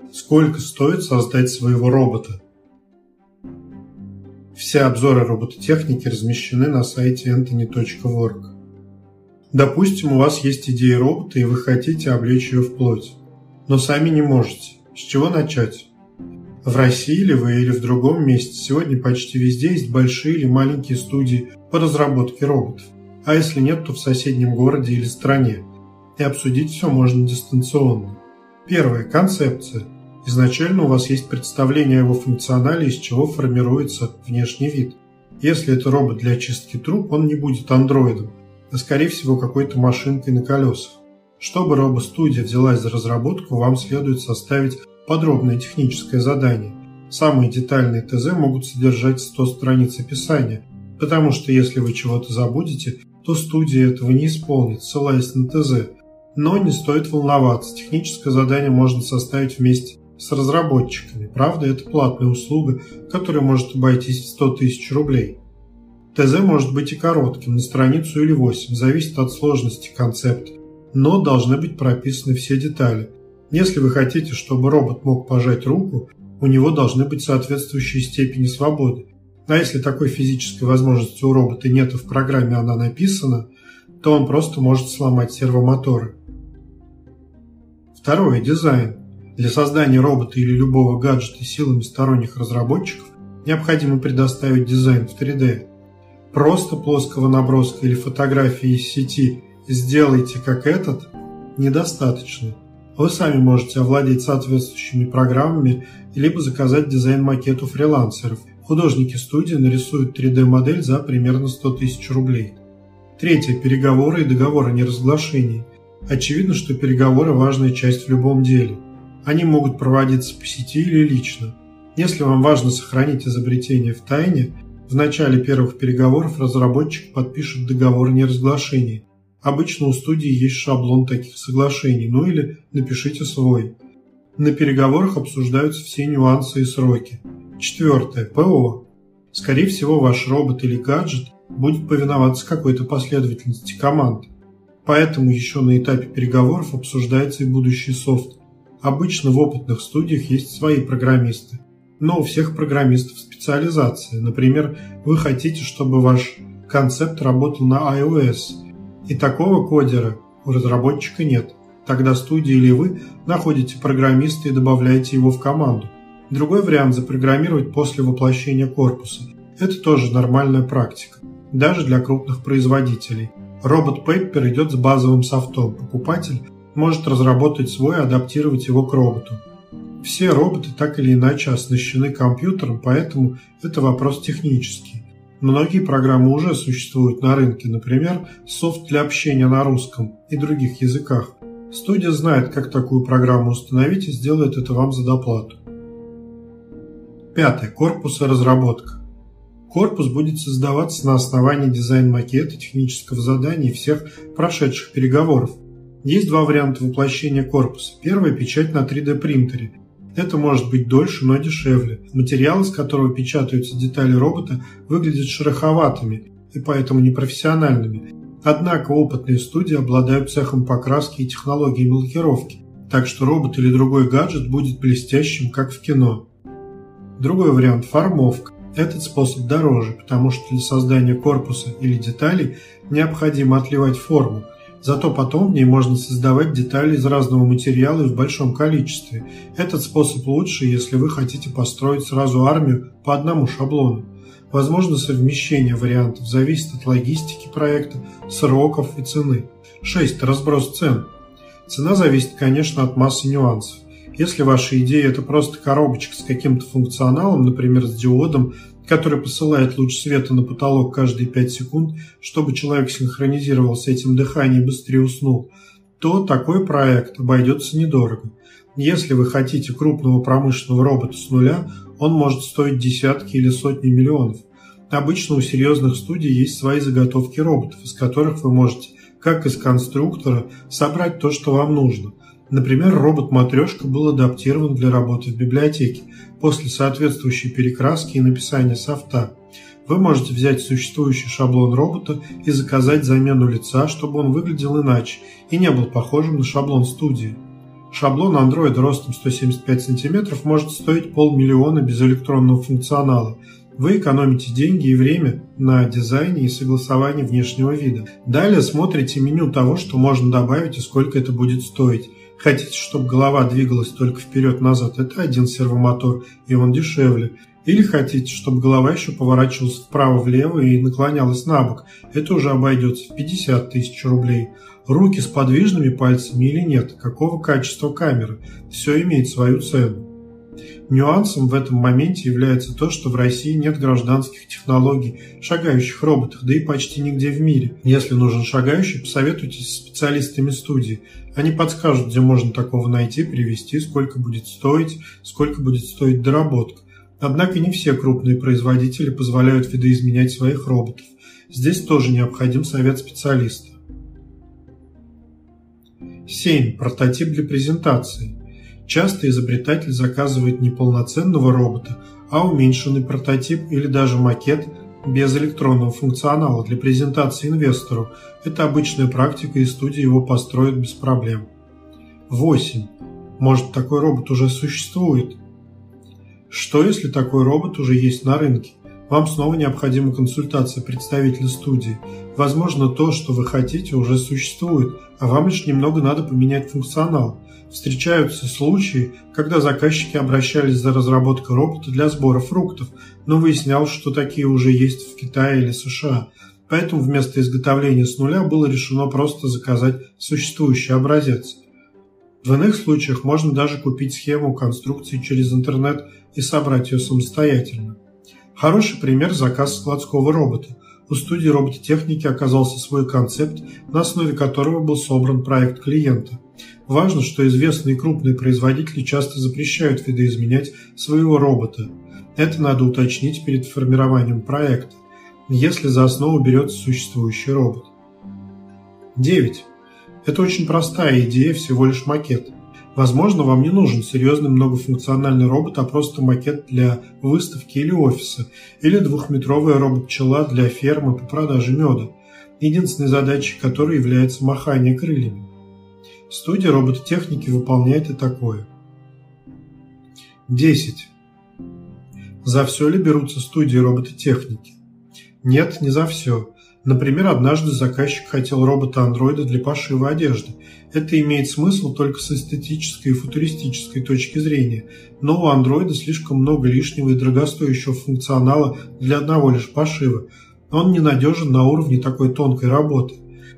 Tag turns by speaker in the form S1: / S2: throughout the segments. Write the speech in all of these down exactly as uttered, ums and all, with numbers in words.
S1: Сколько стоит создать своего робота? Все обзоры робототехники размещены на сайте энтони точка ворк. Допустим, у вас есть идея робота, и вы хотите облечь ее в плоть, но сами не можете. С чего начать? В России ли вы или в другом месте сегодня почти везде есть большие или маленькие студии по разработке роботов. А если нет, то в соседнем городе или стране. И обсудить все можно дистанционно. Первое. Концепция. Изначально у вас есть представление о его функционале, из чего формируется внешний вид. Если это робот для чистки труб, он не будет андроидом, а скорее всего какой-то машинкой на колесах. Чтобы робостудия взялась за разработку, вам следует составить подробное техническое задание. Самые детальные ТЗ могут содержать сто страниц описания, потому что если вы чего-то забудете, то студия этого не исполнит, ссылаясь на ТЗ. Но не стоит волноваться, техническое задание можно составить вместе с разработчиками. Правда, это платная услуга, которая может обойтись в сто тысяч рублей. ТЗ может быть и коротким, на страницу или восемь, зависит от сложности концепта, но должны быть прописаны все детали. Если вы хотите, чтобы робот мог пожать руку, у него должны быть соответствующие степени свободы. А если такой физической возможности у робота нет и в программе она написана, то он просто может сломать сервомоторы. Второе. Дизайн. Для создания робота или любого гаджета силами сторонних разработчиков необходимо предоставить дизайн в три дэ. Просто плоского наброска или фотографии из сети «сделайте как этот» недостаточно. Вы сами можете овладеть соответствующими программами либо заказать дизайн-макет у фрилансеров. Художники студии нарисуют три дэ-модель за примерно сто тысяч рублей. Третье. Переговоры и договор о неразглашении. Очевидно, что переговоры – важная часть в любом деле. Они могут проводиться по сети или лично. Если вам важно сохранить изобретение в тайне, в начале первых переговоров разработчик подпишет договор о неразглашении. Обычно у студии есть шаблон таких соглашений, ну или напишите свой. На переговорах обсуждаются все нюансы и сроки. Четвертое. ПО. Скорее всего, ваш робот или гаджет будет повиноваться какой-то последовательности команд. Поэтому еще на этапе переговоров обсуждается и будущий софт. Обычно в опытных студиях есть свои программисты. Но у всех программистов специализация. Например, вы хотите, чтобы ваш концепт работал на iOS, и такого кодера у разработчика нет. Тогда студия или вы находите программиста и добавляете его в команду. Другой вариант – запрограммировать после воплощения корпуса. Это тоже нормальная практика, даже для крупных производителей. Робот Pepper идет с базовым софтом. Покупатель может разработать свой и адаптировать его к роботу. Все роботы так или иначе оснащены компьютером, поэтому это вопрос технический. Многие программы уже существуют на рынке, например, софт для общения на русском и других языках. Студия знает, как такую программу установить и сделает это вам за доплату. Пятое. Корпус и разработка. Корпус будет создаваться на основании дизайн-макета, технического задания и всех прошедших переговоров. Есть два варианта воплощения корпуса. Первый – печать на три дэ-принтере. Это может быть дольше, но дешевле. Материал, из которого печатаются детали робота, выглядит шероховатыми и поэтому непрофессиональными. Однако опытные студии обладают цехом покраски и технологией лакировки, так что робот или другой гаджет будет блестящим, как в кино. Другой вариант – формовка. Этот способ дороже, потому что для создания корпуса или деталей необходимо отливать форму. Зато потом в ней можно создавать детали из разного материала и в большом количестве. Этот способ лучше, если вы хотите построить сразу армию по одному шаблону. Возможно совмещение вариантов, зависит от логистики проекта, сроков и цены. шесть. Разброс цен. Цена зависит, конечно, от массы нюансов. Если ваша идея – это просто коробочка с каким-то функционалом, например, с диодом, который посылает луч света на потолок каждые пять секунд, чтобы человек синхронизировал с этим дыхание и быстрее уснул, то такой проект обойдется недорого. Если вы хотите крупного промышленного робота с нуля, он может стоить десятки или сотни миллионов. Обычно у серьезных студий есть свои заготовки роботов, из которых вы можете, как из конструктора, собрать то, что вам нужно. Например, робот-матрешка был адаптирован для работы в библиотеке после соответствующей перекраски и написания софта. Вы можете взять существующий шаблон робота и заказать замену лица, чтобы он выглядел иначе и не был похожим на шаблон студии. Шаблон Android ростом сто семьдесят пять сантиметров может стоить полмиллиона без электронного функционала. Вы экономите деньги и время на дизайне и согласовании внешнего вида. Далее смотрите меню того, что можно добавить и сколько это будет стоить. Хотите, чтобы голова двигалась только вперед-назад, это один сервомотор, и он дешевле. Или хотите, чтобы голова еще поворачивалась вправо-влево и наклонялась на бок, это уже обойдется в пятьдесят тысяч рублей. Руки с подвижными пальцами или нет, какого качества камеры, все имеет свою цену. Нюансом в этом моменте является то, что в России нет гражданских технологий, шагающих роботов, да и почти нигде в мире. Если нужен шагающий, посоветуйтесь с специалистами студии. Они подскажут, где можно такого найти, привезти, сколько будет стоить, сколько будет стоить доработка. Однако не все крупные производители позволяют видоизменять своих роботов. Здесь тоже необходим совет специалиста. семь. Прототип для презентации. Часто изобретатель заказывает не полноценного робота, а уменьшенный прототип или даже макет без электронного функционала для презентации инвестору. Это обычная практика, и студия его построит без проблем. восемь. Может, такой робот уже существует? Что, если такой робот уже есть на рынке? Вам снова необходима консультация представителя студии. Возможно, то, что вы хотите, уже существует, а вам лишь немного надо поменять функционал. Встречаются случаи, когда заказчики обращались за разработкой робота для сбора фруктов, но выяснялось, что такие уже есть в Китае или США. Поэтому вместо изготовления с нуля было решено просто заказать существующий образец. В иных случаях можно даже купить схему конструкции через интернет и собрать ее самостоятельно. Хороший пример – заказ складского робота. У студии робототехники оказался свой концепт, на основе которого был собран проект клиента. Важно, что известные крупные производители часто запрещают видоизменять своего робота. Это надо уточнить перед формированием проекта, если за основу берется существующий робот. девять. Это очень простая идея, всего лишь макет. Возможно, вам не нужен серьезный многофункциональный робот, а просто макет для выставки или офиса, или двухметровая робот-пчела для фермы по продаже меда, единственной задачей которой является махание крыльями. Студия робототехники выполняет и такое. десять. За все ли берутся студии робототехники? Нет, не за все. Например, однажды заказчик хотел робота-андроида для пошива одежды. Это имеет смысл только с эстетической и футуристической точки зрения, но у андроида слишком много лишнего и дорогостоящего функционала для одного лишь пошива. Он ненадежен на уровне такой тонкой работы.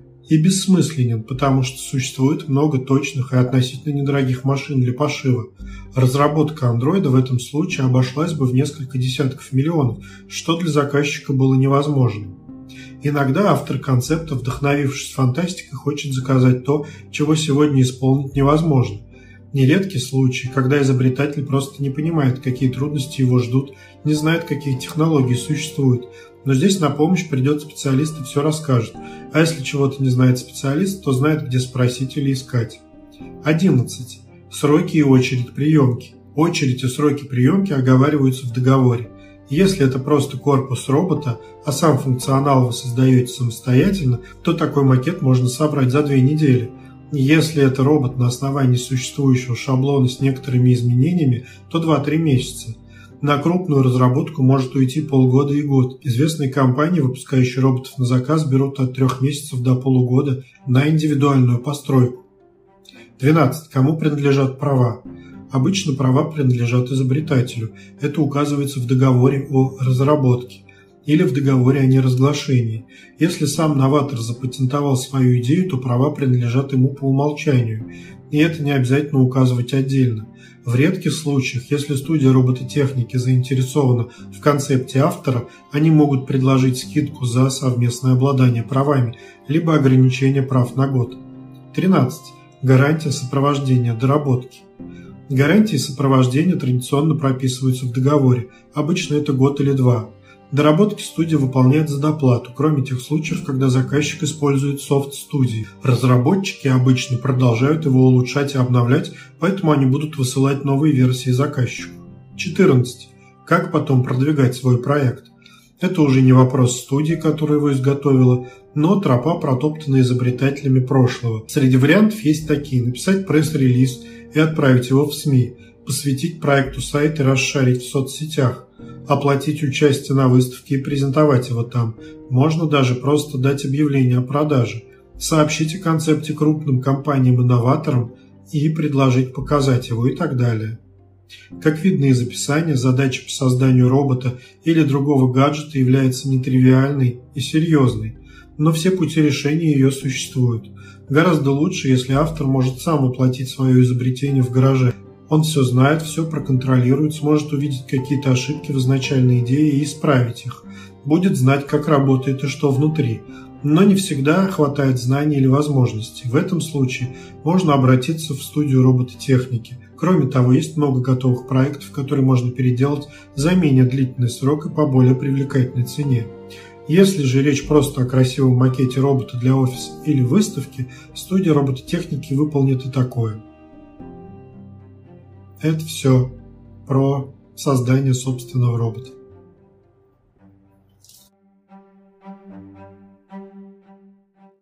S1: И бессмысленен, потому что существует много точных и относительно недорогих машин для пошива. Разработка андроида в этом случае обошлась бы в несколько десятков миллионов, что для заказчика было невозможным. Иногда автор концепта, вдохновившись фантастикой, хочет заказать то, чего сегодня исполнить невозможно. Нередки случаи, когда изобретатель просто не понимает, какие трудности его ждут, не знает, какие технологии существуют. Но здесь на помощь придет специалист и все расскажет. А если чего-то не знает специалист, то знает, где спросить или искать. одиннадцать. Сроки и очередь приемки. Очередь и сроки приемки оговариваются в договоре. Если это просто корпус робота, а сам функционал вы создаете самостоятельно, то такой макет можно собрать за две недели. Если это робот на основании существующего шаблона с некоторыми изменениями, то два-три месяца. На крупную разработку может уйти полгода и год. Известные компании, выпускающие роботов на заказ, берут от трех месяцев до полугода на индивидуальную постройку. двенадцать. Кому принадлежат права? Обычно права принадлежат изобретателю. Это указывается в договоре о разработке или в договоре о неразглашении. Если сам новатор запатентовал свою идею, то права принадлежат ему по умолчанию, и это не обязательно указывать отдельно. В редких случаях, если студия робототехники заинтересована в концепте автора, они могут предложить скидку за совместное обладание правами, либо ограничение прав на год. тринадцать. Гарантия сопровождения доработки. Гарантии сопровождения традиционно прописываются в договоре, обычно это год или два. Доработки студия выполняет за доплату, кроме тех случаев, когда заказчик использует софт студии. Разработчики обычно продолжают его улучшать и обновлять, поэтому они будут высылать новые версии заказчику. четырнадцать. Как потом продвигать свой проект? Это уже не вопрос студии, которая его изготовила, но тропа, протоптанная изобретателями прошлого. Среди вариантов есть такие: написать пресс-релиз и отправить его в СМИ, посвятить проекту сайт и расшарить в соцсетях, оплатить участие на выставке и презентовать его там. Можно даже просто дать объявление о продаже, сообщить о концепте крупным компаниям-инноваторам и предложить показать его и так далее. Как видно из описания, задача по созданию робота или другого гаджета является нетривиальной и серьезной, но все пути решения ее существуют. Гораздо лучше, если автор может сам воплотить свое изобретение в гараже. Он все знает, все проконтролирует, сможет увидеть какие-то ошибки в изначальной идее и исправить их. Будет знать, как работает и что внутри. Но не всегда хватает знаний или возможностей. В этом случае можно обратиться в студию робототехники. Кроме того, есть много готовых проектов, которые можно переделать за менее длительный срок и по более привлекательной цене. Если же речь просто о красивом макете робота для офиса или выставки, студия робототехники выполнит и такое. Это все про создание собственного робота.